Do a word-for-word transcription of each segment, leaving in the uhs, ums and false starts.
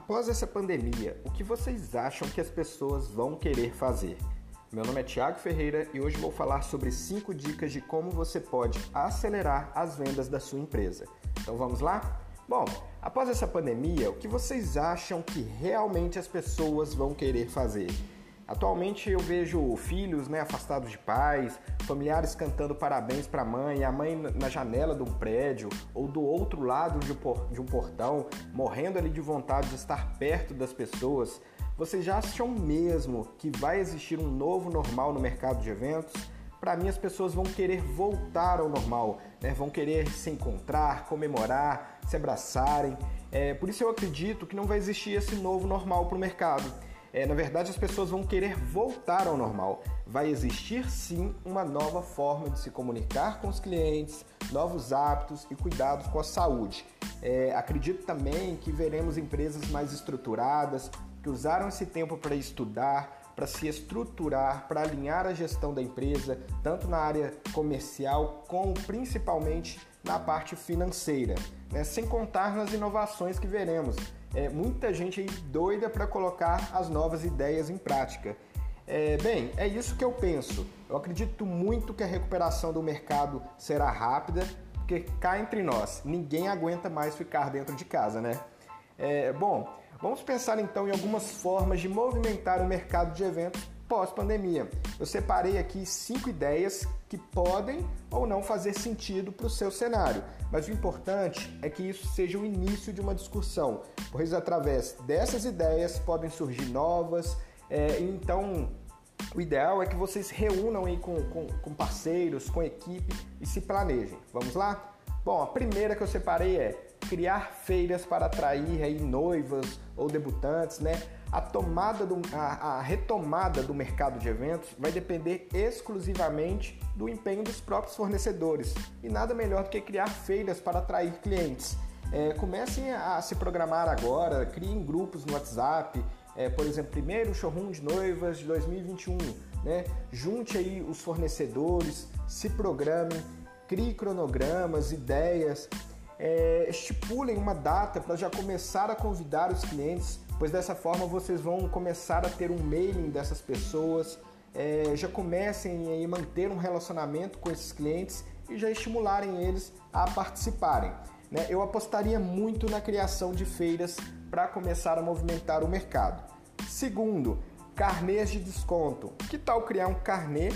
Após essa pandemia, o que vocês acham que as pessoas vão querer fazer? Meu nome é Thiago Ferreira e hoje vou falar sobre cinco dicas de como você pode acelerar as vendas da sua empresa. Então vamos lá? Bom, após essa pandemia, o que vocês acham que realmente as pessoas vão querer fazer? Atualmente eu vejo filhos, né, afastados de pais, familiares cantando parabéns para a mãe, a mãe na janela de um prédio ou do outro lado de um portão, morrendo ali de vontade de estar perto das pessoas. Vocês já acham mesmo que vai existir um novo normal no mercado de eventos? Para mim, as pessoas vão querer voltar ao normal, né? Vão querer se encontrar, comemorar, se abraçarem. É, por isso eu acredito que não vai existir esse novo normal para o mercado. É, na verdade, as pessoas vão querer voltar ao normal. Vai existir, sim, uma nova forma de se comunicar com os clientes, novos hábitos e cuidados com a saúde. É, acredito também que veremos empresas mais estruturadas, que usaram esse tempo para estudar, para se estruturar, para alinhar a gestão da empresa, tanto na área comercial como principalmente na parte financeira, né? Sem contar nas inovações que veremos. É, muita gente aí doida para colocar as novas ideias em prática. É, bem, é isso que eu penso. Eu acredito muito que a recuperação do mercado será rápida, porque cá entre nós, ninguém aguenta mais ficar dentro de casa, né? É, bom, vamos pensar então em algumas formas de movimentar o mercado de eventos pós-pandemia. Eu separei aqui cinco ideias que podem ou não fazer sentido para o seu cenário, mas o importante é que isso seja o início de uma discussão, pois através dessas ideias podem surgir novas, é, então o ideal é que vocês reúnam aí com, com, com parceiros, com equipe e se planejem. Vamos lá? Bom, a primeira que eu separei é criar feiras para atrair aí noivas ou debutantes, né? A, tomada do, a, a retomada do mercado de eventos vai depender exclusivamente do empenho dos próprios fornecedores e nada melhor do que criar feiras para atrair clientes. É, comecem a se programar agora, criem grupos no WhatsApp, é, por exemplo, primeiro showroom de noivas de dois mil e vinte e um, né? Junte aí os fornecedores, se programem, crie cronogramas, ideias, é, estipulem uma data para já começar a convidar os clientes, pois dessa forma vocês vão começar a ter um mailing dessas pessoas, é, já comecem a manter um relacionamento com esses clientes e já estimularem eles a participarem, né? Eu apostaria muito na criação de feiras para começar a movimentar o mercado. Segundo, carnês de desconto. Que tal criar um carnê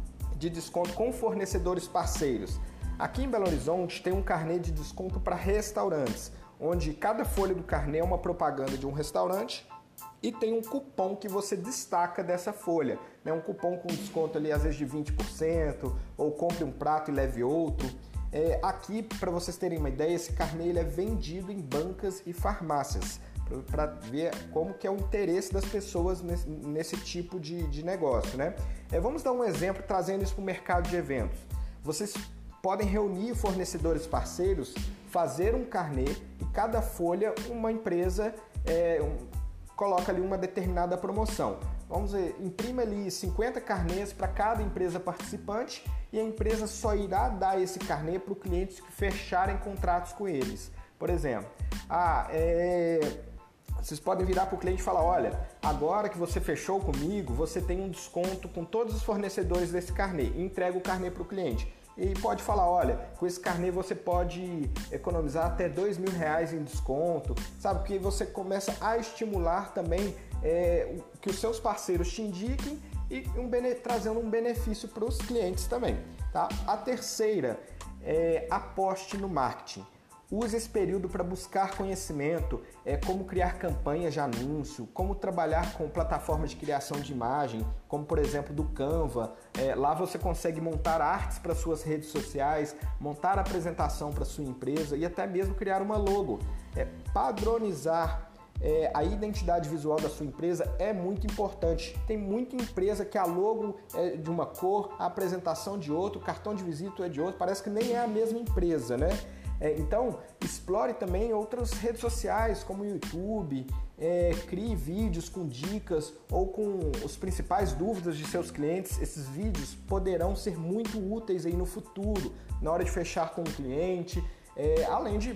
de desconto com fornecedores parceiros? Aqui em Belo Horizonte tem um carnê de desconto para restaurantes, onde cada folha do carnê é uma propaganda de um restaurante e tem um cupom que você destaca dessa folha, né? Um cupom com desconto ali às vezes de vinte por cento, ou compre um prato e leve outro. É, aqui, para vocês terem uma ideia, esse carnê ele é vendido em bancas e farmácias, para ver como que é o interesse das pessoas nesse, nesse tipo de, de negócio, né? É, vamos dar um exemplo trazendo isso para o mercado de eventos. Vocês podem reunir fornecedores parceiros, fazer um carnê e cada folha uma empresa é, um, coloca ali uma determinada promoção. Vamos ver, imprime ali cinquenta carnês para cada empresa participante e a empresa só irá dar esse carnê para os clientes que fecharem contratos com eles. Por exemplo, ah, é... vocês podem virar para o cliente e falar, olha, agora que você fechou comigo, você tem um desconto com todos os fornecedores desse carnê. E entrega o carnê para o cliente. E pode falar, olha, com esse carnê você pode economizar até dois mil reais em desconto, sabe? Que você começa a estimular também é, que os seus parceiros te indiquem e um, trazendo um benefício para os clientes também, tá? A terceira é aposte no marketing. Use esse período para buscar conhecimento, é, como criar campanhas de anúncio, como trabalhar com plataformas de criação de imagem, como por exemplo do Canva. É, lá você consegue montar artes para suas redes sociais, montar apresentação para sua empresa e até mesmo criar uma logo. É, padronizar é, a identidade visual da sua empresa é muito importante. Tem muita empresa que a logo é de uma cor, a apresentação de outro, o cartão de visita é de outro, parece que nem é a mesma empresa, né? É, então, explore também outras redes sociais, como o YouTube, é, crie vídeos com dicas ou com as principais dúvidas de seus clientes. Esses vídeos poderão ser muito úteis aí no futuro, na hora de fechar com o cliente, é, além de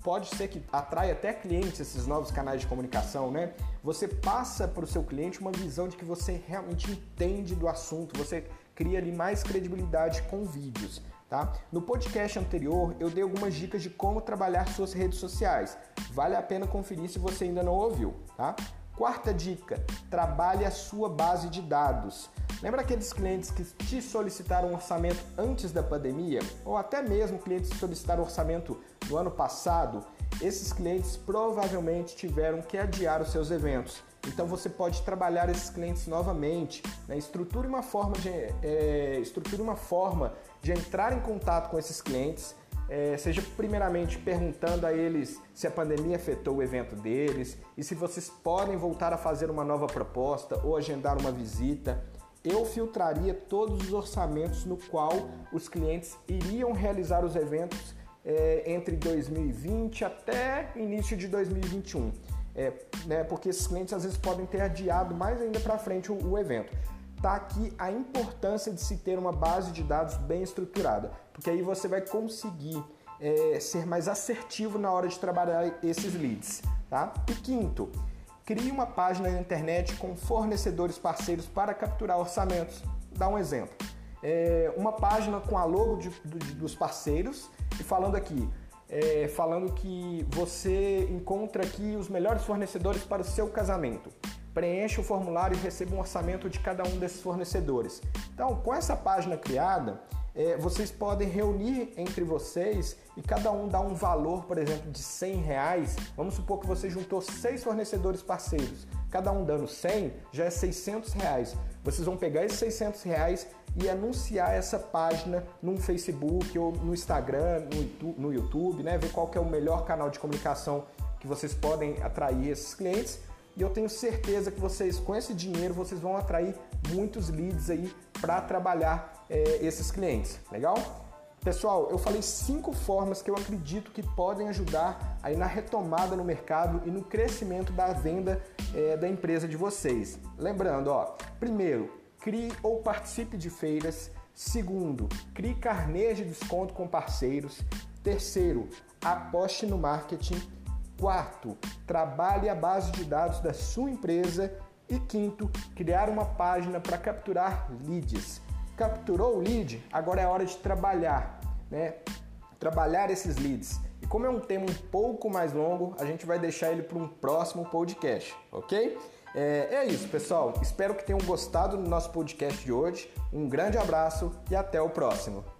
pode ser que atrai até clientes esses novos canais de comunicação, né? Você passa para o seu cliente uma visão de que você realmente entende do assunto, você cria ali mais credibilidade com vídeos, tá? No podcast anterior eu dei algumas dicas de como trabalhar suas redes sociais. Vale a pena conferir se você ainda não ouviu, tá? Quarta dica, trabalhe a sua base de dados. Lembra aqueles clientes que te solicitaram um orçamento antes da pandemia? Ou até mesmo clientes que solicitaram orçamento no ano passado? Esses clientes provavelmente tiveram que adiar os seus eventos. Então você pode trabalhar esses clientes novamente, né? Estruture uma forma de, é, estruture uma forma de entrar em contato com esses clientes. É, seja primeiramente perguntando a eles se a pandemia afetou o evento deles e se vocês podem voltar a fazer uma nova proposta ou agendar uma visita. Eu filtraria todos os orçamentos no qual os clientes iriam realizar os eventos é, entre dois mil e vinte até início de dois mil e vinte e um, é, né, porque esses clientes às vezes podem ter adiado mais ainda para frente o, o evento. Tá aqui a importância de se ter uma base de dados bem estruturada, porque aí você vai conseguir é, ser mais assertivo na hora de trabalhar esses leads, tá? E quinto, crie uma página na internet com fornecedores parceiros para capturar orçamentos. Dá um exemplo, é, uma página com a logo de, de, dos parceiros e falando aqui, é, falando que você encontra aqui os melhores fornecedores para o seu casamento. Preencha o formulário e receba um orçamento de cada um desses fornecedores. Então, com essa página criada, é, vocês podem reunir entre vocês e cada um dar um valor, por exemplo, de cem reais. Vamos supor que você juntou seis fornecedores parceiros. Cada um dando cem, já é seiscentos reais. Vocês vão pegar esses seiscentos reais e anunciar essa página no Facebook ou no Instagram, no YouTube, né? Ver qual que é o melhor canal de comunicação que vocês podem atrair esses clientes. E eu tenho certeza que vocês, com esse dinheiro, vocês vão atrair muitos leads aí para trabalhar é, esses clientes. Legal? Pessoal, eu falei cinco formas que eu acredito que podem ajudar aí na retomada no mercado e no crescimento da venda é, da empresa de vocês. Lembrando, ó, primeiro, crie ou participe de feiras. Segundo, crie carnês de desconto com parceiros. Terceiro, aposte no marketing. Quarto, trabalhe a base de dados da sua empresa. E quinto, criar uma página para capturar leads. Capturou o lead? Agora é a hora de trabalhar, né? Trabalhar esses leads. E como é um tema um pouco mais longo, a gente vai deixar ele para um próximo podcast, ok? É, é isso, pessoal. Espero que tenham gostado do nosso podcast de hoje. Um grande abraço e até o próximo.